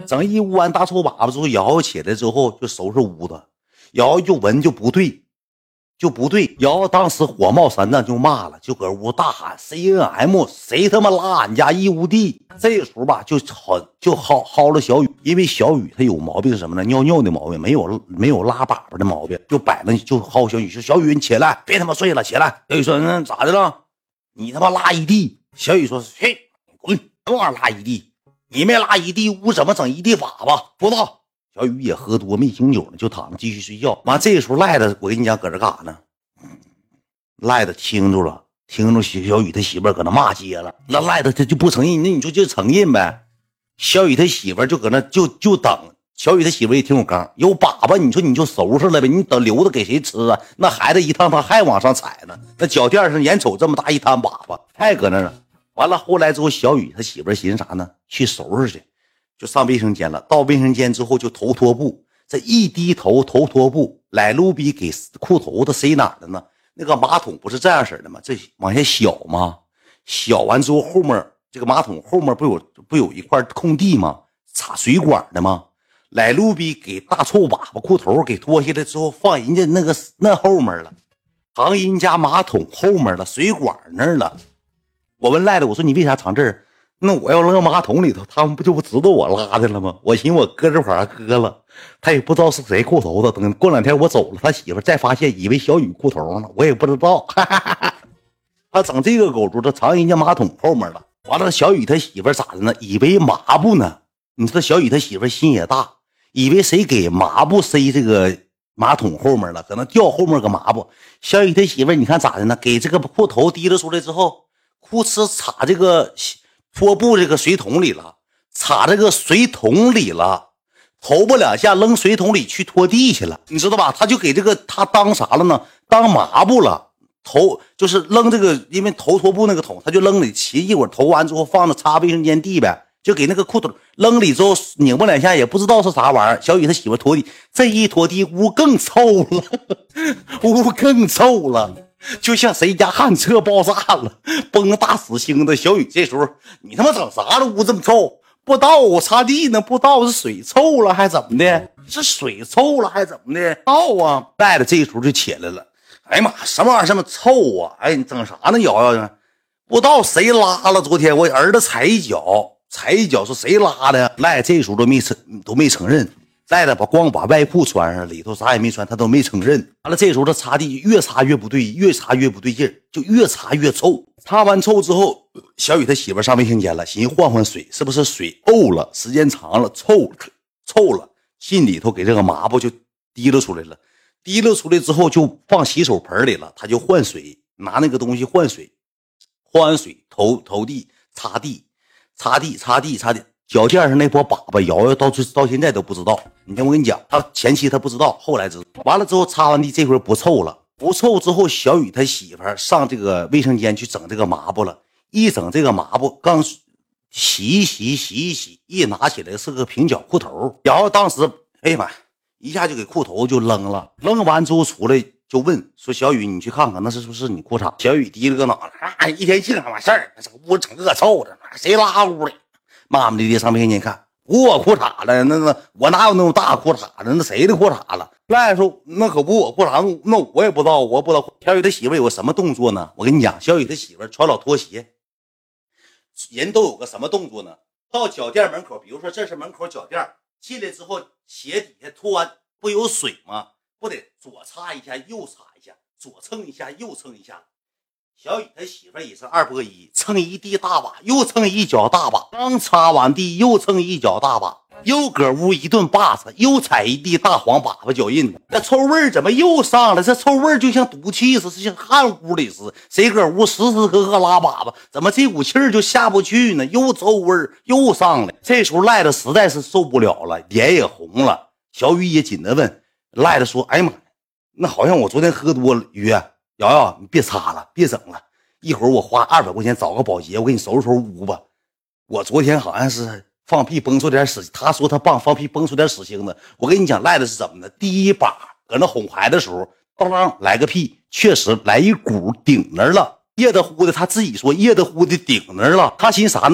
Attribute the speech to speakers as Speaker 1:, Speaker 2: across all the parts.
Speaker 1: 整一屋完大臭粑粑之后，瑶瑶起来之后就收拾屋子，瑶瑶就闻就不对，瑶瑶当时火冒三丈就骂了，就搁屋大喊 CNM， 谁他妈拉俺家一屋地？这时候吧就薅了小雨，因为小雨他有毛病是什么呢？尿尿的毛病，没有拉粑粑的毛病，就摆了就薅小雨，说小雨你起来，别他妈睡了，起来。小雨说咋的了？你他妈拉一地。小雨说嘿滚，什么玩意拉一地？你没拉一地屋怎么整一地粑粑？不知道。小雨也喝多没醒酒了，就躺着继续睡觉。完这时候赖的，我跟你讲搁这干啥呢？赖的听着了，听着小雨他媳妇儿搁那骂街了。那赖的他就不承认，那你说就承认呗。小雨他媳妇儿就搁那就等。小雨他媳妇儿也挺有刚，有粑粑你说你就收拾了呗，你等留着给谁吃啊？那孩子一趟他还往上踩呢，那脚垫上眼瞅这么大一摊粑粑还搁那呢。完了后来之后，小雨他媳妇儿寻思啥呢？去收拾去。就上卫生间了，到卫生间之后就头拖布，这一低头拖布，来路比给裤头子塞哪儿了呢？那个马桶不是这样式的吗？这往下小吗？小完之后后面这个马桶后面不有一块空地吗？插水管的吗？来路比给大臭粑粑裤头给脱下来之后放人家那后面了，藏人家马桶后面了，水管那儿了。我问赖的，我说你为啥藏这儿？那我要扔马桶里头，他们不就不知道我拉的了吗？我寻思我搁这块儿搁了，他也不知道是谁裤头子。等过两天我走了，他媳妇再发现，以为小雨裤头呢，我也不知道。他整这个狗猪，他藏人家马桶后面了。完了，小雨他媳妇咋的呢？以为抹布呢。你说小雨他媳妇心也大，以为谁给抹布塞这个马桶后面了，可能掉后面个抹布。小雨他媳妇你看咋的呢？给这个裤头提了出来之后，裤哧插这个拖布这个水桶里了，插这个水桶里了，头不两下扔水桶里去拖地去了，你知道吧？他就给这个他当啥了呢？当抹布了。头就是扔这个，因为头拖布那个桶，他就扔里骑一会儿，投完之后放着擦卫生间地呗，就给那个裤头扔里之后拧巴两下，也不知道是啥玩意儿。小雨他媳妇拖地，这一拖地屋更臭了，屋更臭了。就像谁家旱厕爆炸了，崩大死星的。小雨这时候你他妈整啥了？屋这么臭？不知道我擦地呢，不知道是水臭了还怎么的？是水臭了还怎么的？到啊！带着这时候就起来了。哎呀妈，什么玩意儿这么臭啊？哎，你整啥呢？瑶瑶呢？不知道谁拉了。昨天我儿子踩一脚是谁拉的？赖这时候都没承认。赖的光把外裤穿上，里头啥也没穿，他都没承认。完了，这时候他擦地越擦越不对，越擦越不对劲儿，就越擦越臭。擦完臭之后，小雨他媳妇上卫生间了，寻思换换水，是不是水沤了？时间长了，臭了，心里头给这个抹布就滴了出来了。滴了出来之后就放洗手盆里了，他就换水，拿那个东西换水，换完水投地擦地，脚垫上那波粑粑瑶瑶到现在都不知道。你看我跟你讲，他前期他不知道，后来知道。完了之后擦完地这回不臭了，不臭之后，小雨他媳妇上这个卫生间去整这个抹布了，一整这个抹布刚洗一洗，一拿起来是个平角裤头。瑶瑶当时哎呀妈，一下就给裤头就扔了，扔完之后出来就问说：“小雨，你去看看那是不是你裤衩？”小雨低了个脑袋，一天气干嘛事儿？这屋整个臭的，谁拉屋里？骂骂咧咧上卫生间看，不我裤衩了，那我哪有那种大裤衩了？那谁的裤衩了？赖说那可不我裤衩，那我也不知道，我不知道。小雨他媳妇有个什么动作呢？我跟你讲，小雨他媳妇穿老拖鞋，人都有个什么动作呢？到脚垫门口，比如说这是门口脚垫，进来之后鞋底下脱完不有水吗？不得左擦一下，右擦一下，左蹭一下，右蹭一下。小雨他媳妇也是二波一，蹭一地大把，又蹭一脚大把，刚擦完地又蹭一脚大把，又搁屋一顿霸子，又踩一地大黄粑粑脚印子。那臭味怎么又上来？这臭味就像毒气似的，像汗屋里似的。谁搁屋时时刻刻拉粑粑，怎么这股气儿就下不去呢？又臭味又上来。这时候赖的实在是受不了了，脸也红了。小雨也紧着问赖的说：“哎呀妈，那好像我昨天喝多了。雨瑶瑶，你别擦了，别整了，一会儿我花200块钱找个保洁，我给你收拾收拾屋吧。我昨天好像是放屁崩出点屎，他说他放屁崩出点屎星子。我跟你讲，赖的是怎么的？第一把搁那哄孩子的时候，当来个屁，确实来一股顶那儿了，热的乎的，他自己说热的乎的顶那儿了。他寻啥呢？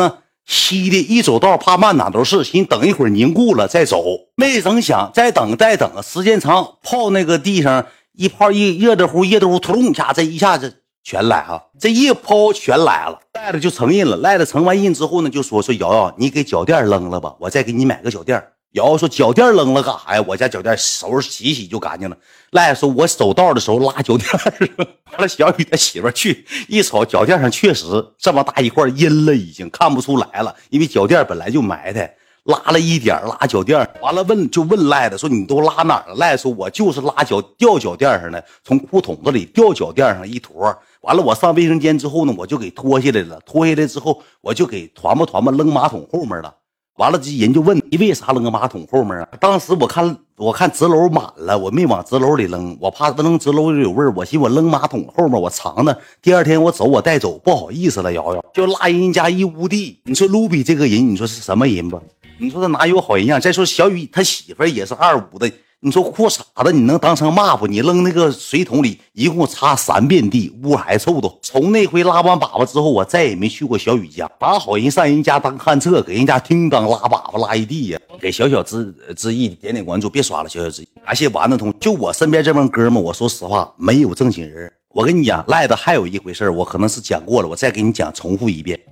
Speaker 1: 稀的，一走道怕满哪都是，寻等一会儿凝固了再走。没成想，再等，时间长，泡那个地上一泡一热的乎，突隆一下，这一下子全来啊！这一泡全来了。赖子就承认了，赖子承完印之后呢，就说瑶瑶，你给脚垫扔了吧，我再给你买个脚垫。瑶瑶说脚垫扔了干啥呀？我家脚垫收拾洗洗就干净了。赖子说我走道的时候拉脚垫完了，小雨他媳妇去一瞅，脚垫上确实这么大一块阴了，已经看不出来了，因为脚垫本来就埋汰，拉了一点，拉脚垫。完了问赖子说你都拉哪儿了？赖子说我就是拉掉脚垫上的，从裤筒子里掉脚垫上一坨。完了我上卫生间之后呢，我就给脱下来了，脱下来之后我就给团吧扔马桶后面了。完了，这人就问你为啥扔个马桶后面啊？当时我看直楼满了，我没往直楼里扔，我怕扔直楼里有味儿，我寻我扔马桶后面，我藏着。第二天我走，我带走，不好意思了，瑶瑶就拉人家一屋地。你说卢比这个人，你说是什么人吧？你说他哪有好人样？再说小雨他媳妇也是25的。你说裤衩子你能当成抹布？你扔那个水桶里一共擦3遍地，屋还臭都。从那回拉完粑粑之后，我再也没去过小雨家，把好人上人家当看厕，给人家听当拉粑粑拉一地呀。给小小之意点关注，别刷了，小小之意。感谢完的同学，就我身边这帮哥们，我说实话没有正经人。我跟你讲，赖的还有一回事，我可能是讲过了，我再给你讲，重复一遍，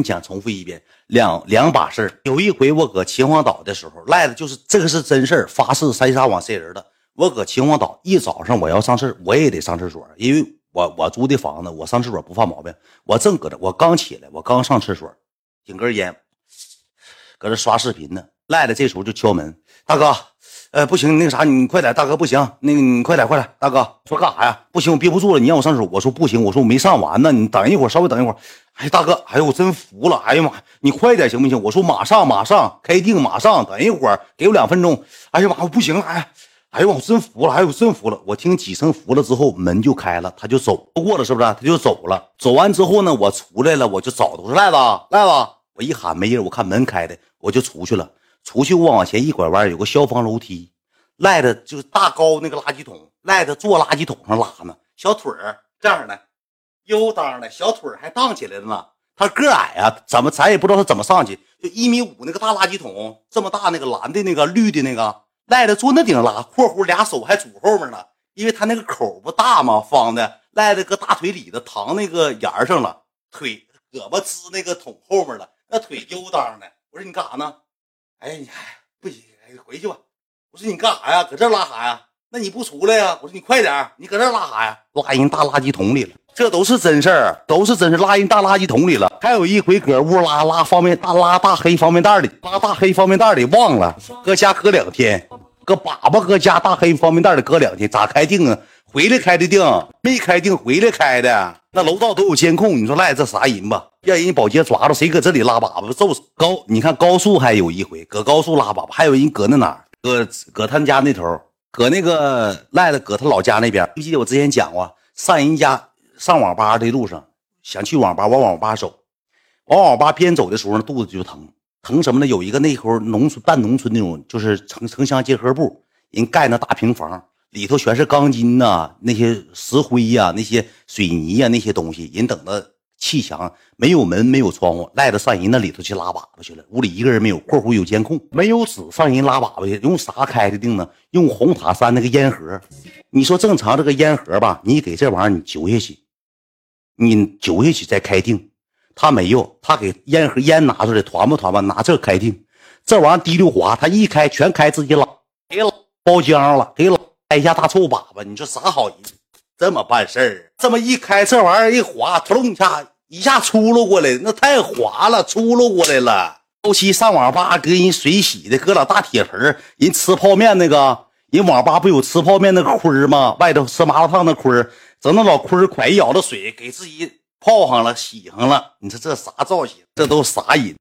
Speaker 1: 两把事。有一回我搁秦皇岛的时候，赖的就是这个是真事儿，发誓塞沙网塞人的。我搁秦皇岛一早上我要上厕，我也得上厕所，因为我租的房子，我上厕所不犯毛病。我正搁这，我刚起来，我刚上厕所，顶根烟，搁这刷视频呢。赖的这时候就敲门，大哥。不行，那个啥，你快点，大哥不行，那个你快点，大哥说干啥呀？不行，我憋不住了，你让我上厕所。我说不行，我说我没上完呢，你等一会儿，稍微等一会儿。哎，大哥，哎呦，我真服了，哎呀妈，你快点行不行？我说马上开定，马上，等一会儿，给我2分钟。哎呀妈，我不行了，哎呦，我真服了，哎呦，真服了。我听几声服了之后，门就开了，他就走过了，是不是？他就走了。走完之后呢，我出来了，我就找他，我说赖子，我一喊没人，我看门开的，我就出去了。出去我往前一拐弯，有个消防楼梯，赖的就是大高那个垃圾桶，赖的坐垃圾桶上拉呢，小腿儿这样的，悠当的小腿儿还荡起来了呢。他个矮啊，咱也不知道他怎么上去，就1.5米那个大垃圾桶，这么大那个蓝的那个绿的那个，赖的坐那顶上拉，括弧俩手还拄后面呢，因为他那个口不大嘛，方的，赖的搁大腿里的躺那个沿上了，腿胳膊支那个桶后面了，那腿悠当的。我说你干啥呢？哎，不行，回去吧。我说你干啥呀？搁这拉啥呀？那你不出来呀？我说你快点，你搁这拉啥呀？拉人大垃圾桶里了，这都是真事儿，拉人大垃圾桶里了。还有一回搁屋拉大黑方便袋里，忘了搁家搁2天，搁粑粑搁家大黑方便袋里搁2天，咋开定啊？回来开的定，没开定回来开的。那楼道都有监控，你说赖这啥人吧？让人保洁抓住谁搁这里拉粑粑揍死。你看高速还有一回搁高速拉粑粑，还有人搁那哪儿，搁他家那头，搁那个赖的搁他老家那边。记得我之前讲过，上人家上网吧的路上，想去网吧，往网吧走，往网吧边走的时候呢，肚子就疼什么呢？有一个那会儿半农村那种，就是城乡结合部，人盖那大平房。里头全是钢筋呐，那些石灰呀，那些水泥呀，那些东西，人等的砌墙，没有门，没有窗户，赖着上人那里头去拉粑粑去了。屋里一个人没有，括弧有监控，没有纸上人拉粑粑去，用啥开的定呢？用红塔山那个烟盒。你说正常这个烟盒吧，你给这玩意儿你揪下去再开定，他没有，他给烟盒烟拿出来团吧，拿这开定，这玩意儿滴溜滑，他一开全开自己拉，给老包浆了，给老开一下大臭粑粑，你说啥好人这么办事儿？这么一开，这玩意儿一滑，突隆一下出溜过来，那太滑了，出溜过来了。后期上网吧给人水洗的，搁老大铁盆，人吃泡面那个，人网吧不有吃泡面那个盔吗？外头吃麻辣烫那盔，整那老盔快一舀的水给自己泡上了，洗上了。你说这啥造型？这都啥人？